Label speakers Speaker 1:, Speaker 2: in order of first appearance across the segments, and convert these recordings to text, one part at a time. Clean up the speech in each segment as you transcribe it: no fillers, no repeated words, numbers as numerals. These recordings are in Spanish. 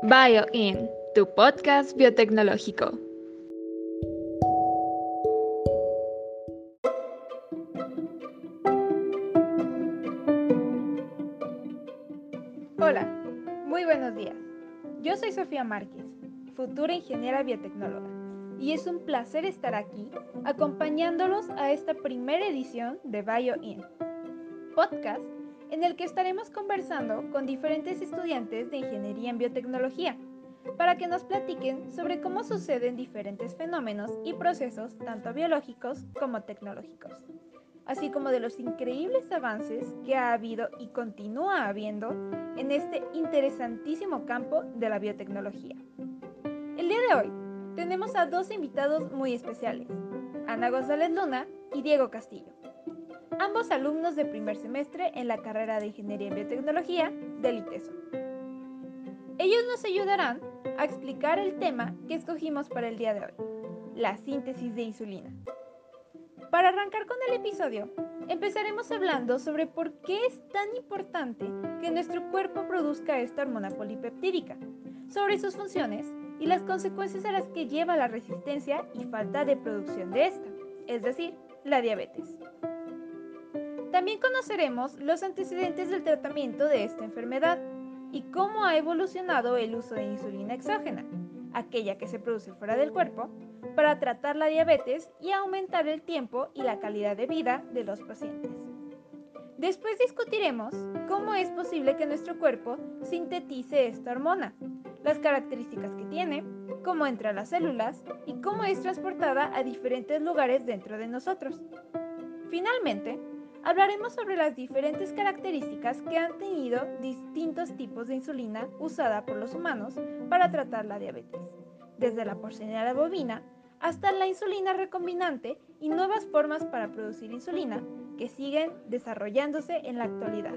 Speaker 1: BioIn, tu podcast biotecnológico.
Speaker 2: Hola, muy buenos días. Yo soy Sofía Márquez, futura ingeniera biotecnóloga, y es un placer estar aquí acompañándolos a esta primera edición de BioIn, podcast en el que estaremos conversando con diferentes estudiantes de ingeniería en biotecnología para que nos platiquen sobre cómo suceden diferentes fenómenos y procesos tanto biológicos como tecnológicos, así como de los increíbles avances que ha habido y continúa habiendo en este interesantísimo campo de la biotecnología. El día de hoy tenemos a dos invitados muy especiales, Ana González Luna y Diego Castillo, ambos alumnos de primer semestre en la carrera de Ingeniería en Biotecnología del ITESO. Ellos nos ayudarán a explicar el tema que escogimos para el día de hoy, la síntesis de insulina. Para arrancar con el episodio, empezaremos hablando sobre por qué es tan importante que nuestro cuerpo produzca esta hormona polipeptídica, sobre sus funciones y las consecuencias a las que lleva la resistencia y falta de producción de esta, es decir, la diabetes. También conoceremos los antecedentes del tratamiento de esta enfermedad y cómo ha evolucionado el uso de insulina exógena, aquella que se produce fuera del cuerpo, para tratar la diabetes y aumentar el tiempo y la calidad de vida de los pacientes. Después discutiremos cómo es posible que nuestro cuerpo sintetice esta hormona, las características que tiene, cómo entra a las células y cómo es transportada a diferentes lugares dentro de nosotros. Finalmente, hablaremos sobre las diferentes características que han tenido distintos tipos de insulina usada por los humanos para tratar la diabetes, desde la porcinera bovina hasta la insulina recombinante y nuevas formas para producir insulina que siguen desarrollándose en la actualidad.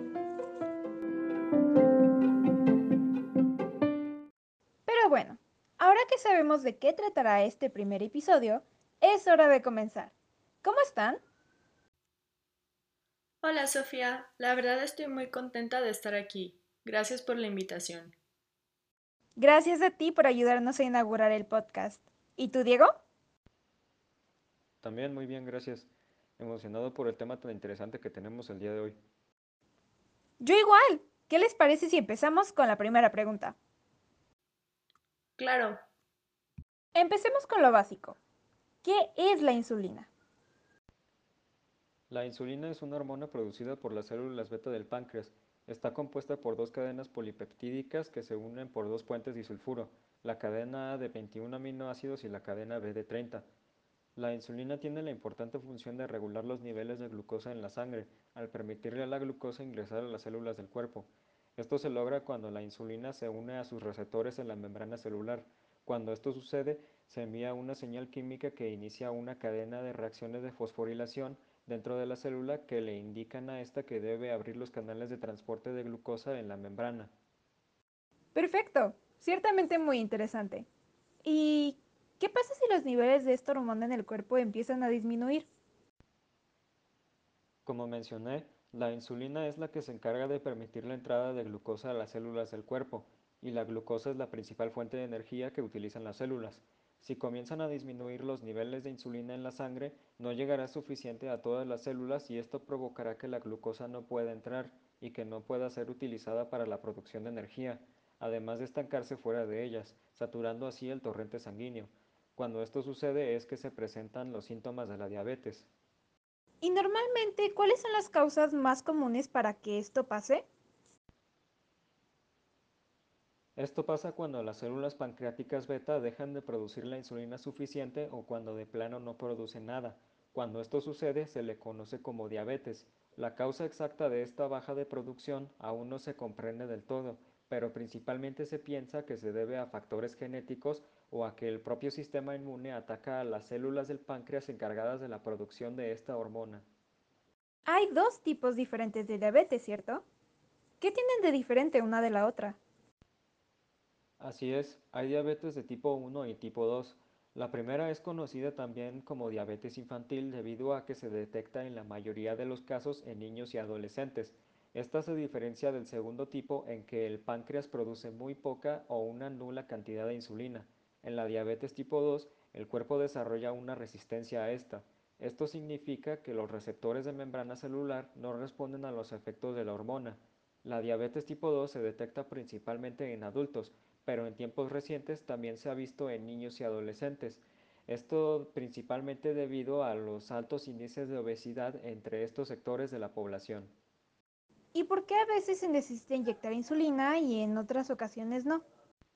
Speaker 2: Pero bueno, ahora que sabemos de qué tratará este primer episodio, es hora de comenzar. ¿Cómo están?
Speaker 3: Hola Sofía, la verdad estoy muy contenta de estar aquí. Gracias por la invitación.
Speaker 2: Gracias a ti por ayudarnos a inaugurar el podcast. ¿Y tú, Diego?
Speaker 4: También muy bien, gracias. Emocionado por el tema tan interesante que tenemos el día de hoy.
Speaker 2: Yo igual. ¿Qué les parece si empezamos con la primera pregunta?
Speaker 3: Claro,
Speaker 2: Empecemos con lo básico. ¿Qué es la insulina?
Speaker 4: La insulina es una hormona producida por las células beta del páncreas. Está compuesta por dos cadenas polipeptídicas que se unen por dos puentes disulfuro, la cadena A de 21 aminoácidos y la cadena B de 30. La insulina tiene la importante función de regular los niveles de glucosa en la sangre, al permitirle a la glucosa ingresar a las células del cuerpo. Esto se logra cuando la insulina se une a sus receptores en la membrana celular. Cuando esto sucede, se envía una señal química que inicia una cadena de reacciones de fosforilación dentro de la célula que le indican a esta que debe abrir los canales de transporte de glucosa en la membrana.
Speaker 2: Perfecto. Ciertamente muy interesante. ¿Y qué pasa si los niveles de esta hormona en el cuerpo empiezan a disminuir?
Speaker 4: Como mencioné, la insulina es la que se encarga de permitir la entrada de glucosa a las células del cuerpo, y la glucosa es la principal fuente de energía que utilizan las células. Si comienzan a disminuir los niveles de insulina en la sangre, no llegará suficiente a todas las células y esto provocará que la glucosa no pueda entrar y que no pueda ser utilizada para la producción de energía, además de estancarse fuera de ellas, saturando así el torrente sanguíneo. Cuando esto sucede es que se presentan los síntomas de la diabetes.
Speaker 2: Y normalmente, ¿cuáles son las causas más comunes para que esto pase?
Speaker 4: Esto pasa cuando las células pancreáticas beta dejan de producir la insulina suficiente o cuando de plano no producen nada. Cuando esto sucede se le conoce como diabetes. La causa exacta de esta baja de producción aún no se comprende del todo, pero principalmente se piensa que se debe a factores genéticos o a que el propio sistema inmune ataca a las células del páncreas encargadas de la producción de esta hormona.
Speaker 2: Hay dos tipos diferentes de diabetes, ¿cierto? ¿Qué tienen de diferente una de la otra?
Speaker 4: Así es, hay diabetes de tipo 1 y tipo 2. La primera es conocida también como diabetes infantil debido a que se detecta en la mayoría de los casos en niños y adolescentes, Esta se diferencia del segundo tipo en que el páncreas produce muy poca o una nula cantidad de insulina. En la diabetes tipo 2, el cuerpo desarrolla una resistencia a esta. Esto significa que los receptores de membrana celular no responden a los efectos de la hormona. La diabetes tipo 2 se detecta principalmente en adultos, pero en tiempos recientes también se ha visto en niños y adolescentes. Esto principalmente debido a los altos índices de obesidad entre estos sectores de la población.
Speaker 2: ¿Y por qué a veces se necesita inyectar insulina y en otras ocasiones no?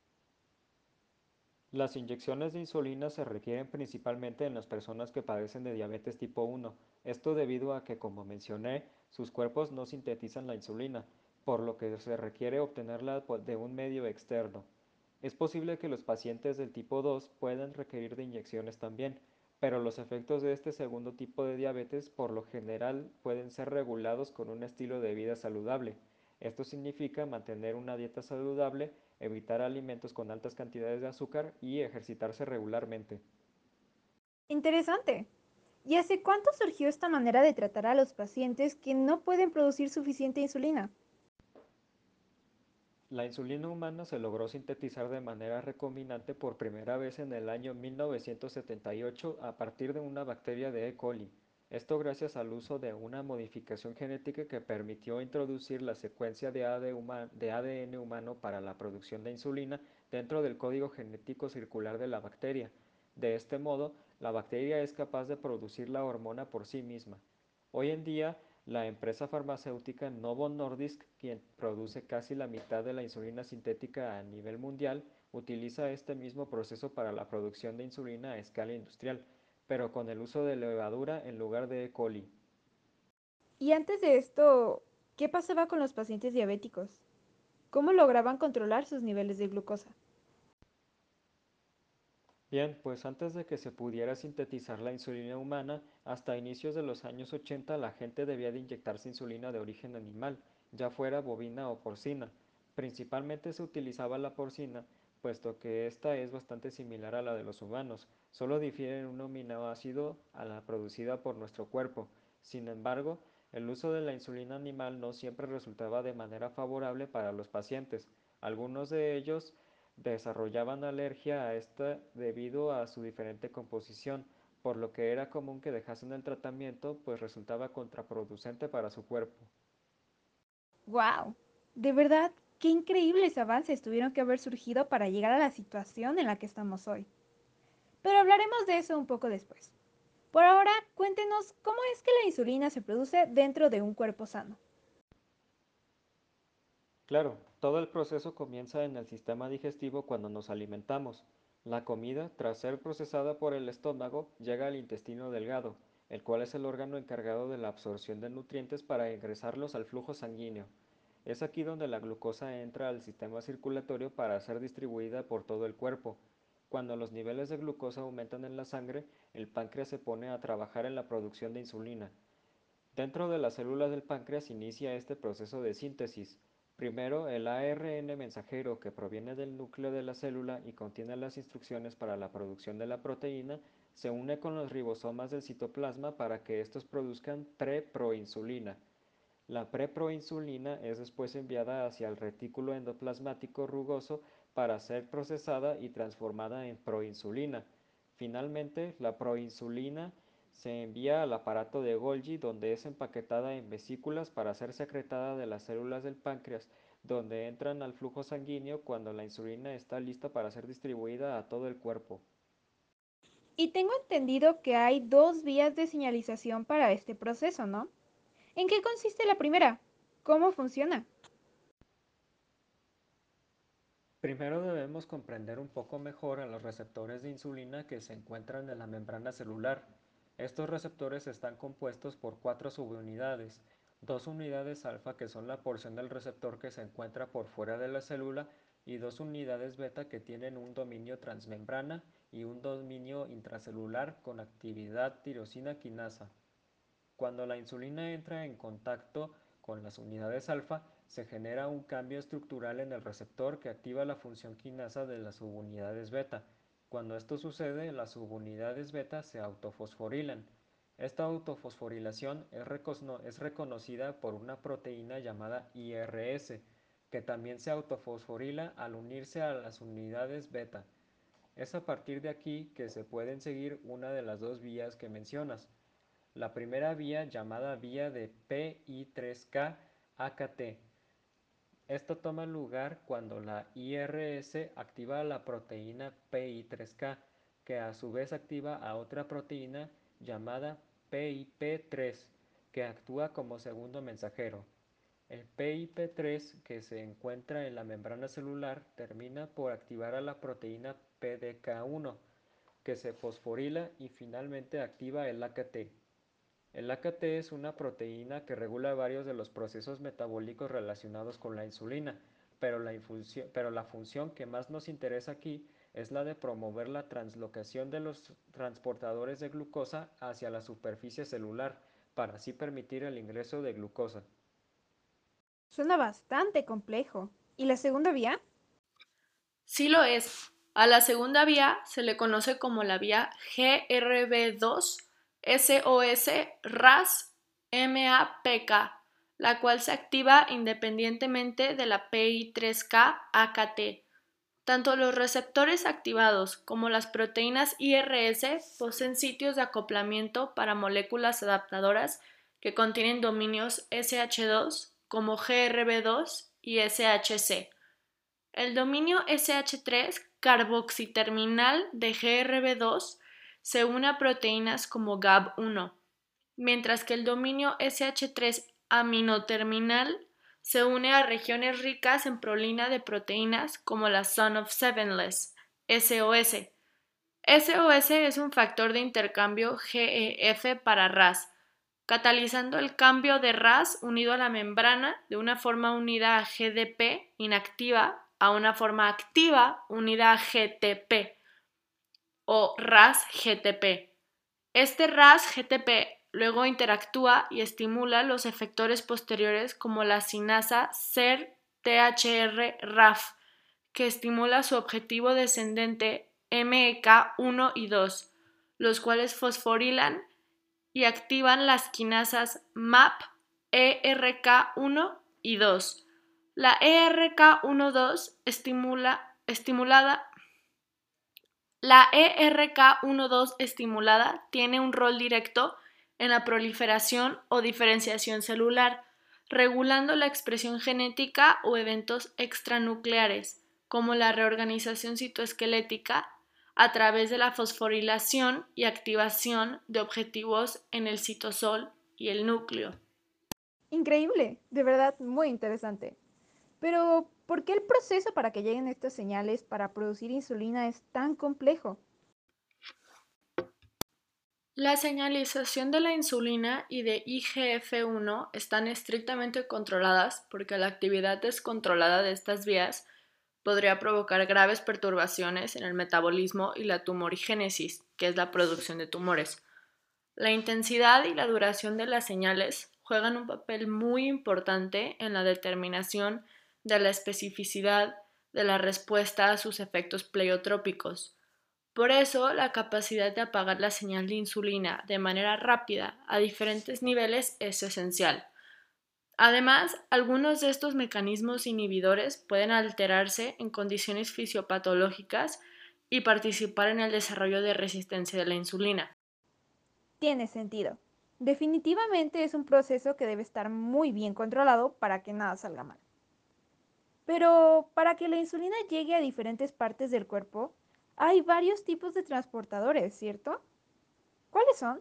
Speaker 4: Las inyecciones de insulina se requieren principalmente en las personas que padecen de diabetes tipo 1, esto debido a que, como mencioné, sus cuerpos no sintetizan la insulina, por lo que se requiere obtenerla de un medio externo. Es posible que los pacientes del tipo 2 puedan requerir de inyecciones también, pero los efectos de este segundo tipo de diabetes por lo general pueden ser regulados con un estilo de vida saludable. Esto significa mantener una dieta saludable, evitar alimentos con altas cantidades de azúcar y ejercitarse regularmente.
Speaker 2: Interesante. ¿Y hace cuánto surgió esta manera de tratar a los pacientes que no pueden producir suficiente insulina?
Speaker 4: La insulina humana se logró sintetizar de manera recombinante por primera vez en el año 1978 a partir de una bacteria de E. coli. Esto gracias al uso de una modificación genética que permitió introducir la secuencia de ADN humano para la producción de insulina dentro del código genético circular de la bacteria. De este modo, la bacteria es capaz de producir la hormona por sí misma. Hoy en día, la empresa farmacéutica Novo Nordisk, quien produce casi la mitad de la insulina sintética a nivel mundial, utiliza este mismo proceso para la producción de insulina a escala industrial, pero con el uso de levadura en lugar de E. coli.
Speaker 2: Y antes de esto, ¿qué pasaba con los pacientes diabéticos? ¿Cómo lograban controlar sus niveles de glucosa?
Speaker 4: Bien, pues antes de que se pudiera sintetizar la insulina humana, hasta inicios de los años 80 la gente debía de inyectarse insulina de origen animal, ya fuera bovina o porcina. Principalmente se utilizaba la porcina, puesto que esta es bastante similar a la de los humanos, solo difiere en un aminoácido a la producida por nuestro cuerpo. Sin embargo, el uso de la insulina animal no siempre resultaba de manera favorable para los pacientes. Algunos de ellos desarrollaban alergia a esta debido a su diferente composición, por lo que era común que dejasen el tratamiento, pues resultaba contraproducente para su cuerpo.
Speaker 2: ¡Wow! De verdad, qué increíbles avances tuvieron que haber surgido para llegar a la situación en la que estamos hoy. Pero hablaremos de eso un poco después. Por ahora, cuéntenos cómo es que la insulina se produce dentro de un cuerpo sano.
Speaker 4: Claro, todo el proceso comienza en el sistema digestivo cuando nos alimentamos. La comida, tras ser procesada por el estómago, llega al intestino delgado, el cual es el órgano encargado de la absorción de nutrientes para ingresarlos al flujo sanguíneo. Es aquí donde la glucosa entra al sistema circulatorio para ser distribuida por todo el cuerpo. Cuando los niveles de glucosa aumentan en la sangre, el páncreas se pone a trabajar en la producción de insulina. Dentro de las células del páncreas inicia este proceso de síntesis. Primero, el ARN mensajero que proviene del núcleo de la célula y contiene las instrucciones para la producción de la proteína, se une con los ribosomas del citoplasma para que estos produzcan preproinsulina. La preproinsulina es después enviada hacia el retículo endoplasmático rugoso para ser procesada y transformada en proinsulina. Finalmente, la proinsulina se envía al aparato de Golgi donde es empaquetada en vesículas para ser secretada de las células del páncreas, donde entran al flujo sanguíneo cuando la insulina está lista para ser distribuida a todo el cuerpo.
Speaker 2: Y tengo entendido que hay dos vías de señalización para este proceso, ¿no? ¿En qué consiste la primera? ¿Cómo funciona?
Speaker 4: Primero debemos comprender un poco mejor a los receptores de insulina que se encuentran en la membrana celular. Estos receptores están compuestos por cuatro subunidades, dos unidades alfa que son la porción del receptor que se encuentra por fuera de la célula y dos unidades beta que tienen un dominio transmembrana y un dominio intracelular con actividad tirosina quinasa. Cuando la insulina entra en contacto con las unidades alfa, se genera un cambio estructural en el receptor que activa la función quinasa de las subunidades beta. Cuando esto sucede, las subunidades beta se autofosforilan. Esta autofosforilación es reconocida por una proteína llamada IRS, que también se autofosforila al unirse a las unidades beta. Es a partir de aquí que se pueden seguir una de las dos vías que mencionas. La primera vía, llamada vía de PI3K-AKT. Esto toma lugar cuando la IRS activa la proteína PI3K, que a su vez activa a otra proteína llamada PIP3, que actúa como segundo mensajero. El PIP3, que se encuentra en la membrana celular, termina por activar a la proteína PDK1, que se fosforila y finalmente activa el AKT. El AKT es una proteína que regula varios de los procesos metabólicos relacionados con la insulina, pero la función que más nos interesa aquí es la de promover la translocación de los transportadores de glucosa hacia la superficie celular, para así permitir el ingreso de glucosa.
Speaker 2: Suena bastante complejo. ¿Y la segunda vía?
Speaker 3: Sí lo es. A la segunda vía se le conoce como la vía GRB2 SOS RAS MAPK, la cual se activa independientemente de la PI3K AKT. Tanto los receptores activados como las proteínas IRS poseen sitios de acoplamiento para moléculas adaptadoras que contienen dominios SH2 como GRB2 y SHC. El dominio SH3 carboxiterminal de GRB2 se une a proteínas como GAB1, mientras que el dominio SH3 aminoterminal se une a regiones ricas en prolina de proteínas como la Son of Sevenless, SOS. SOS es un factor de intercambio GEF para RAS, catalizando el cambio de RAS unido a la membrana de una forma unida a GDP inactiva a una forma activa unida a GTP o RAS-GTP. Este RAS-GTP luego interactúa y estimula los efectores posteriores como la sinasa SER-THR-RAF, que estimula su objetivo descendente MEK1 y 2, los cuales fosforilan y activan las quinasas MAP, ERK1 y 2. La ERK12 estimulada tiene un rol directo en la proliferación o diferenciación celular, regulando la expresión genética o eventos extranucleares, como la reorganización citoesquelética, a través de la fosforilación y activación de objetivos en el citosol y el núcleo.
Speaker 2: Increíble, de verdad muy interesante. Pero, ¿por qué el proceso para que lleguen estas señales para producir insulina es tan complejo?
Speaker 3: La señalización de la insulina y de IGF-1 están estrictamente controladas porque la actividad descontrolada de estas vías podría provocar graves perturbaciones en el metabolismo y la tumorigénesis, que es la producción de tumores. La intensidad y la duración de las señales juegan un papel muy importante en la determinación de la especificidad de la respuesta a sus efectos pleiotrópicos. Por eso, la capacidad de apagar la señal de insulina de manera rápida a diferentes niveles es esencial. Además, algunos de estos mecanismos inhibidores pueden alterarse en condiciones fisiopatológicas y participar en el desarrollo de resistencia de la insulina.
Speaker 2: Tiene sentido. Definitivamente es un proceso que debe estar muy bien controlado para que nada salga mal. Pero para que la insulina llegue a diferentes partes del cuerpo, hay varios tipos de transportadores, ¿cierto? ¿Cuáles son?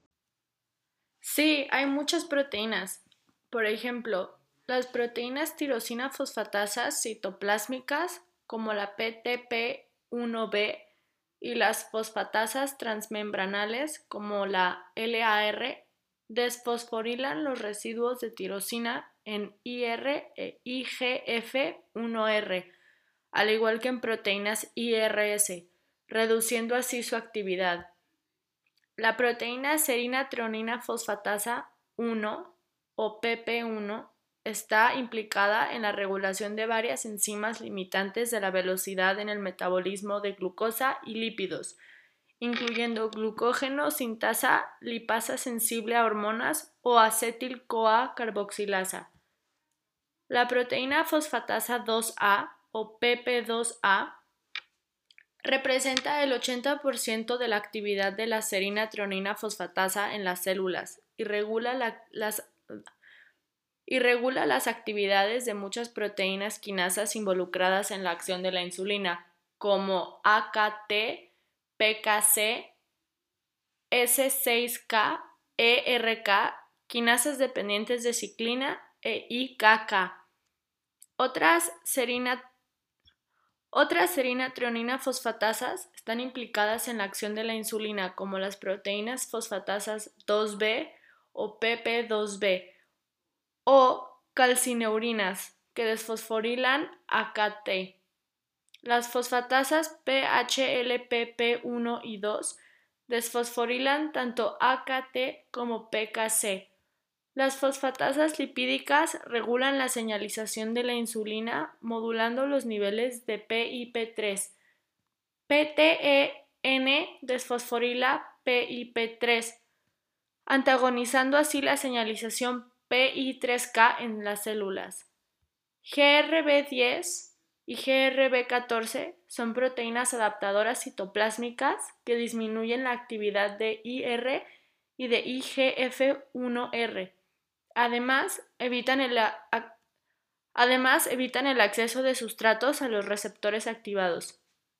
Speaker 3: Sí, hay muchas proteínas. Por ejemplo, las proteínas tirosina fosfatasas citoplásmicas como la PTP1B y las fosfatasas transmembranales como la LAR desfosforilan los residuos de tirosina en IR e IGF-1R, al igual que en proteínas IRS, reduciendo así su actividad. La proteína serina treonina fosfatasa 1 o PP1 está implicada en la regulación de varias enzimas limitantes de la velocidad en el metabolismo de glucosa y lípidos, incluyendo glucógeno, sintasa, lipasa sensible a hormonas o acetil-CoA carboxilasa. La proteína fosfatasa 2A o PP2A representa el 80% de la actividad de la serina-treonina fosfatasa en las células y regula las actividades de muchas proteínas quinasas involucradas en la acción de la insulina, como AKT, PKC, S6K, ERK, quinasas dependientes de ciclina e IKK. Otras serina-treonina fosfatasas están implicadas en la acción de la insulina, como las proteínas fosfatasas 2B o PP2B, o calcineurinas, que desfosforilan AKT. Las fosfatasas PHLPP1 y 2 desfosforilan tanto AKT como PKC. Las fosfatasas lipídicas regulan la señalización de la insulina modulando los niveles de PIP3. PTEN desfosforila PIP3, antagonizando así la señalización PI3K en las células. GRB10 y GRB14 son proteínas adaptadoras citoplásmicas que disminuyen la actividad de IR y de IGF-1R. Además, evitan el acceso de sustratos a los receptores activados.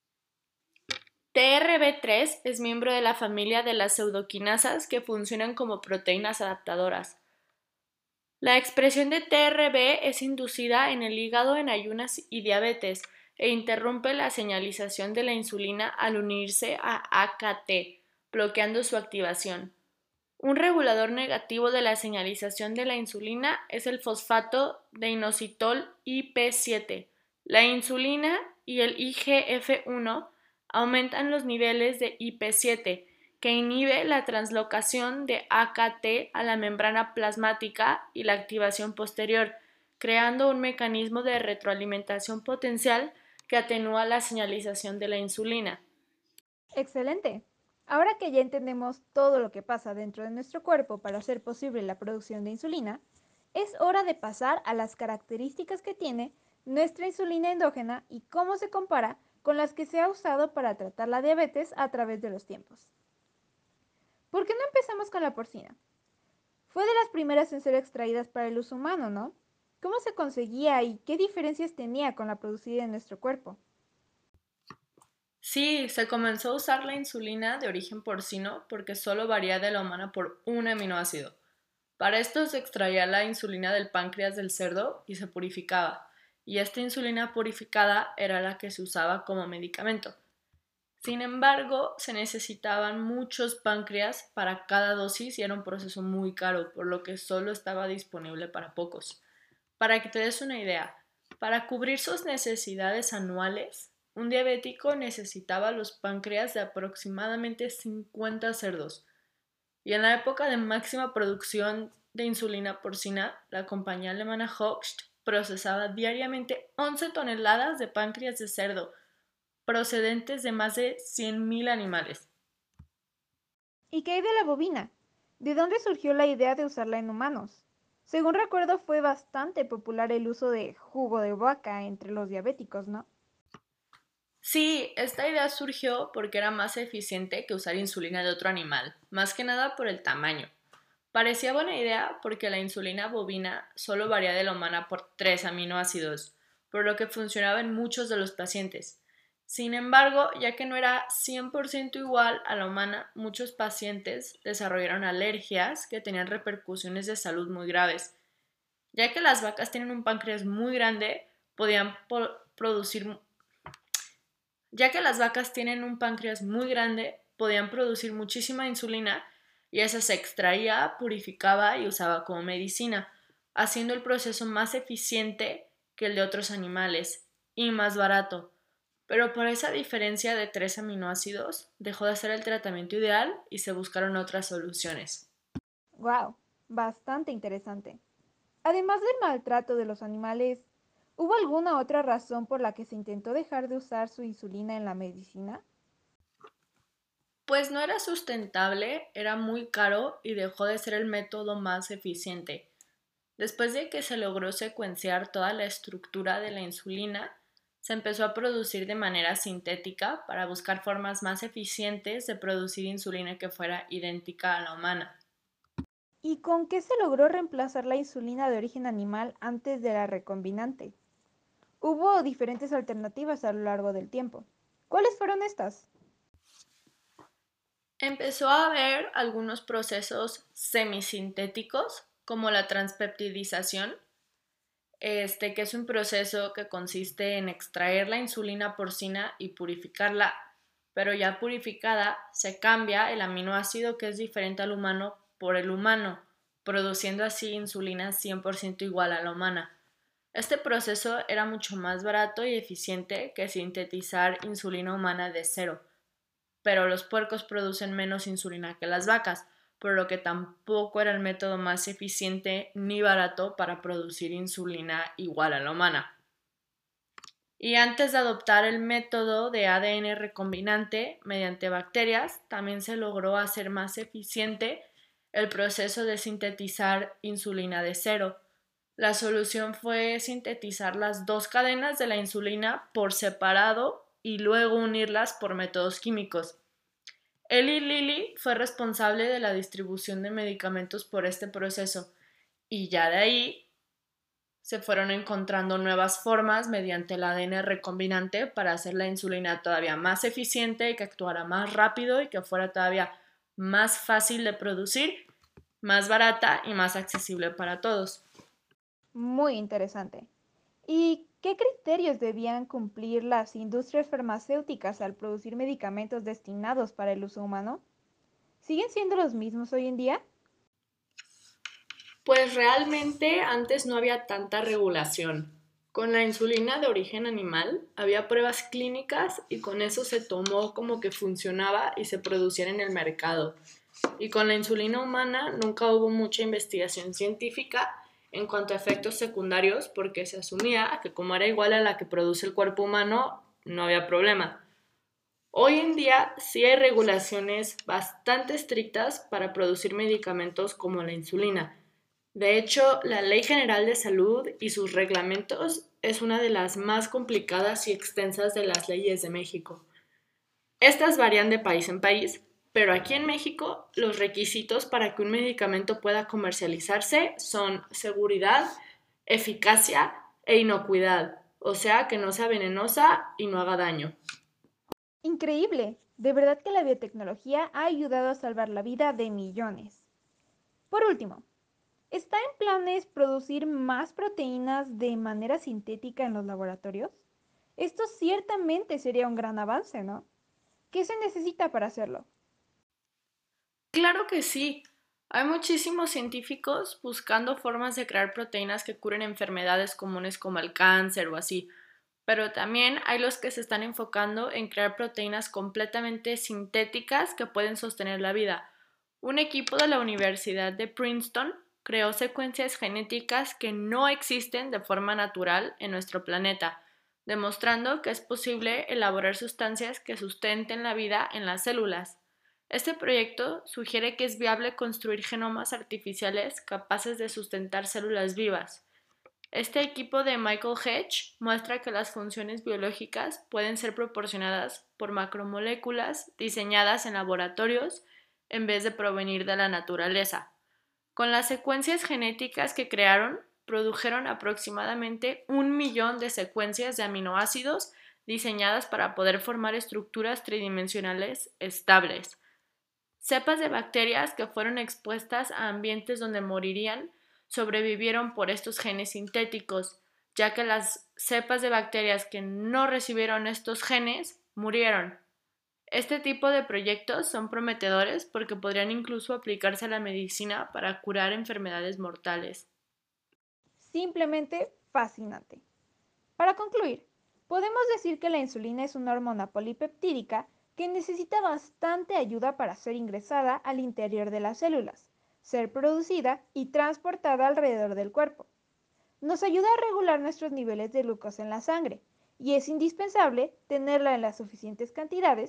Speaker 3: TRB3 es miembro de la familia de las pseudoquinasas que funcionan como proteínas adaptadoras. La expresión de TRB es inducida en el hígado en ayunas y diabetes e interrumpe la señalización de la insulina al unirse a AKT, bloqueando su activación. Un regulador negativo de la señalización de la insulina es el fosfato de inositol IP7. La insulina y el IGF-1 aumentan los niveles de IP7, que inhibe la translocación de AKT a la membrana plasmática y la activación posterior, creando un mecanismo de retroalimentación potencial que atenúa la señalización de la insulina.
Speaker 2: Excelente. Ahora que ya entendemos todo lo que pasa dentro de nuestro cuerpo para hacer posible la producción de insulina, es hora de pasar a las características que tiene nuestra insulina endógena y cómo se compara con las que se ha usado para tratar la diabetes a través de los tiempos. ¿Por qué no empezamos con la porcina? Fue de las primeras en ser extraídas para el uso humano, ¿no? ¿Cómo se conseguía y qué diferencias tenía con la producida en nuestro cuerpo?
Speaker 3: Sí, se comenzó a usar la insulina de origen porcino porque solo varía de la humana por un aminoácido. Para esto se extraía la insulina del páncreas del cerdo y se purificaba, y esta insulina purificada era la que se usaba como medicamento. Sin embargo, se necesitaban muchos páncreas para cada dosis y era un proceso muy caro, por lo que solo estaba disponible para pocos. Para que te des una idea, para cubrir sus necesidades anuales, un diabético necesitaba los páncreas de aproximadamente 50 cerdos. Y en la época de máxima producción de insulina porcina, la compañía alemana Hoechst procesaba diariamente 11 toneladas de páncreas de cerdo, procedentes de más de 100.000 animales.
Speaker 2: ¿Y qué hay de la bovina? ¿De dónde surgió la idea de usarla en humanos? Según recuerdo, fue bastante popular el uso de jugo de vaca entre los diabéticos, ¿no?
Speaker 3: Sí, esta idea surgió porque era más eficiente que usar insulina de otro animal, más que nada por el tamaño. Parecía buena idea porque la insulina bovina solo varía de la humana por 3 aminoácidos, por lo que funcionaba en muchos de los pacientes. Sin embargo, ya que no era 100% igual a la humana, muchos pacientes desarrollaron alergias que tenían repercusiones de salud muy graves. Ya que las vacas tienen un páncreas muy grande, podían producir muchísima insulina y esa se extraía, purificaba y usaba como medicina, haciendo el proceso más eficiente que el de otros animales y más barato. Pero por esa diferencia de 3 aminoácidos, dejó de ser el tratamiento ideal y se buscaron otras soluciones.
Speaker 2: ¡Wow! Bastante interesante. Además del maltrato de los animales, ¿hubo alguna otra razón por la que se intentó dejar de usar su insulina en la medicina?
Speaker 3: Pues no era sustentable, era muy caro y dejó de ser el método más eficiente. Después de que se logró secuenciar toda la estructura de la insulina, se empezó a producir de manera sintética para buscar formas más eficientes de producir insulina que fuera idéntica a la humana.
Speaker 2: ¿Y con qué se logró reemplazar la insulina de origen animal antes de la recombinante? Hubo diferentes alternativas a lo largo del tiempo. ¿Cuáles fueron estas?
Speaker 3: Empezó a haber algunos procesos semisintéticos, como la transpeptidización, que es un proceso que consiste en extraer la insulina porcina y purificarla, pero ya purificada se cambia el aminoácido que es diferente al humano por el humano, produciendo así insulina 100% igual a la humana. Este proceso era mucho más barato y eficiente que sintetizar insulina humana de cero, pero los puercos producen menos insulina que las vacas, por lo que tampoco era el método más eficiente ni barato para producir insulina igual a la humana. Y antes de adoptar el método de ADN recombinante mediante bacterias, también se logró hacer más eficiente el proceso de sintetizar insulina de cero. La solución fue sintetizar las dos cadenas de la insulina por separado y luego unirlas por métodos químicos. Eli Lilly fue responsable de la distribución de medicamentos por este proceso y ya de ahí se fueron encontrando nuevas formas mediante el ADN recombinante para hacer la insulina todavía más eficiente y que actuara más rápido y que fuera todavía más fácil de producir, más barata y más accesible para todos.
Speaker 2: Muy interesante. ¿Y qué criterios debían cumplir las industrias farmacéuticas al producir medicamentos destinados para el uso humano? ¿Siguen siendo los mismos hoy en día?
Speaker 3: Pues realmente antes no había tanta regulación. Con la insulina de origen animal había pruebas clínicas y con eso se tomó como que funcionaba y se producía en el mercado. Y con la insulina humana nunca hubo mucha investigación científica en cuanto a efectos secundarios porque se asumía que como era igual a la que produce el cuerpo humano, no había problema. Hoy en día sí hay regulaciones bastante estrictas para producir medicamentos como la insulina. De hecho, la Ley General de Salud y sus reglamentos es una de las más complicadas y extensas de las leyes de México. Estas varían de país en país, pero aquí en México los requisitos para que un medicamento pueda comercializarse son seguridad, eficacia e inocuidad, o sea que no sea venenosa y no haga daño.
Speaker 2: Increíble. De verdad que la biotecnología ha ayudado a salvar la vida de millones. Por último, ¿está en planes producir más proteínas de manera sintética en los laboratorios? Esto ciertamente sería un gran avance, ¿no? ¿Qué se necesita para hacerlo?
Speaker 3: Claro que sí. Hay muchísimos científicos buscando formas de crear proteínas que curen enfermedades comunes como el cáncer o así, pero también hay los que se están enfocando en crear proteínas completamente sintéticas que pueden sostener la vida. Un equipo de la Universidad de Princeton creó secuencias genéticas que no existen de forma natural en nuestro planeta, demostrando que es posible elaborar sustancias que sustenten la vida en las células. Este proyecto sugiere que es viable construir genomas artificiales capaces de sustentar células vivas. Este equipo de Michael Hedge muestra que las funciones biológicas pueden ser proporcionadas por macromoléculas diseñadas en laboratorios en vez de provenir de la naturaleza. Con las secuencias genéticas que crearon, produjeron aproximadamente 1 millón de secuencias de aminoácidos diseñadas para poder formar estructuras tridimensionales estables. Cepas de bacterias que fueron expuestas a ambientes donde morirían sobrevivieron por estos genes sintéticos, ya que las cepas de bacterias que no recibieron estos genes murieron. Este tipo de proyectos son prometedores porque podrían incluso aplicarse a la medicina para curar enfermedades mortales.
Speaker 2: Simplemente fascinante. Para concluir, podemos decir que la insulina es una hormona polipeptídica que necesita bastante ayuda para ser ingresada al interior de las células, ser producida y transportada alrededor del cuerpo. Nos ayuda a regular nuestros niveles de glucosa en la sangre y es indispensable tenerla en las suficientes cantidades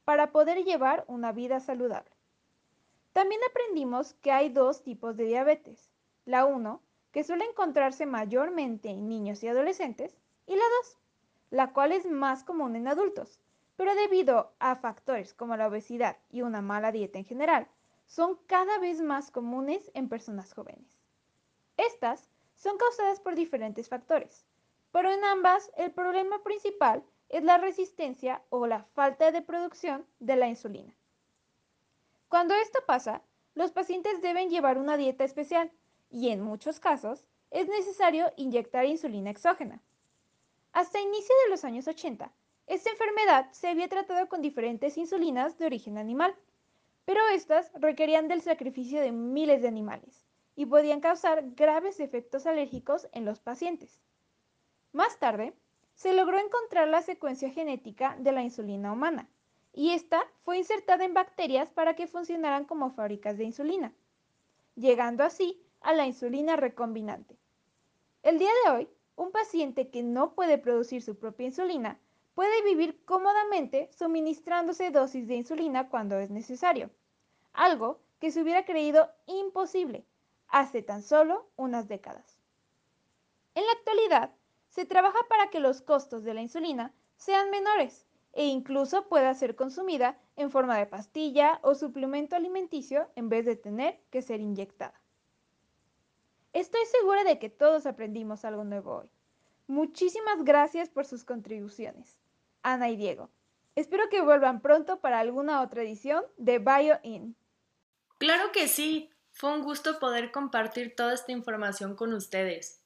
Speaker 2: para poder llevar una vida saludable. También aprendimos que hay dos tipos de diabetes. La 1, que suele encontrarse mayormente en niños y adolescentes, y la 2, la cual es más común en adultos, pero debido a factores como la obesidad y una mala dieta en general, son cada vez más comunes en personas jóvenes. Estas son causadas por diferentes factores, pero en ambas el problema principal es la resistencia o la falta de producción de la insulina. Cuando esto pasa, los pacientes deben llevar una dieta especial y en muchos casos es necesario inyectar insulina exógena. Hasta inicio de los años 80, esta enfermedad se había tratado con diferentes insulinas de origen animal, pero estas requerían del sacrificio de miles de animales y podían causar graves efectos alérgicos en los pacientes. Más tarde, se logró encontrar la secuencia genética de la insulina humana, y esta fue insertada en bacterias para que funcionaran como fábricas de insulina, llegando así a la insulina recombinante. El día de hoy, un paciente que no puede producir su propia insulina puede vivir cómodamente suministrándose dosis de insulina cuando es necesario, algo que se hubiera creído imposible hace tan solo unas décadas. En la actualidad, se trabaja para que los costos de la insulina sean menores e incluso pueda ser consumida en forma de pastilla o suplemento alimenticio en vez de tener que ser inyectada. Estoy segura de que todos aprendimos algo nuevo hoy. Muchísimas gracias por sus contribuciones, Ana y Diego. Espero que vuelvan pronto para alguna otra edición de BioIn.
Speaker 3: Claro que sí, fue un gusto poder compartir toda esta información con ustedes.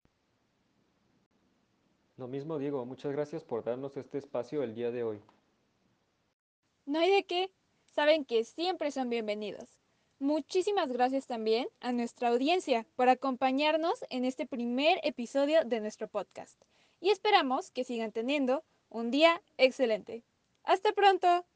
Speaker 4: Lo mismo digo, muchas gracias por darnos este espacio el día de hoy.
Speaker 1: No hay de qué. Saben que siempre son bienvenidos. Muchísimas gracias también a nuestra audiencia por acompañarnos en este primer episodio de nuestro podcast. Y esperamos que sigan teniendo un día excelente. ¡Hasta pronto!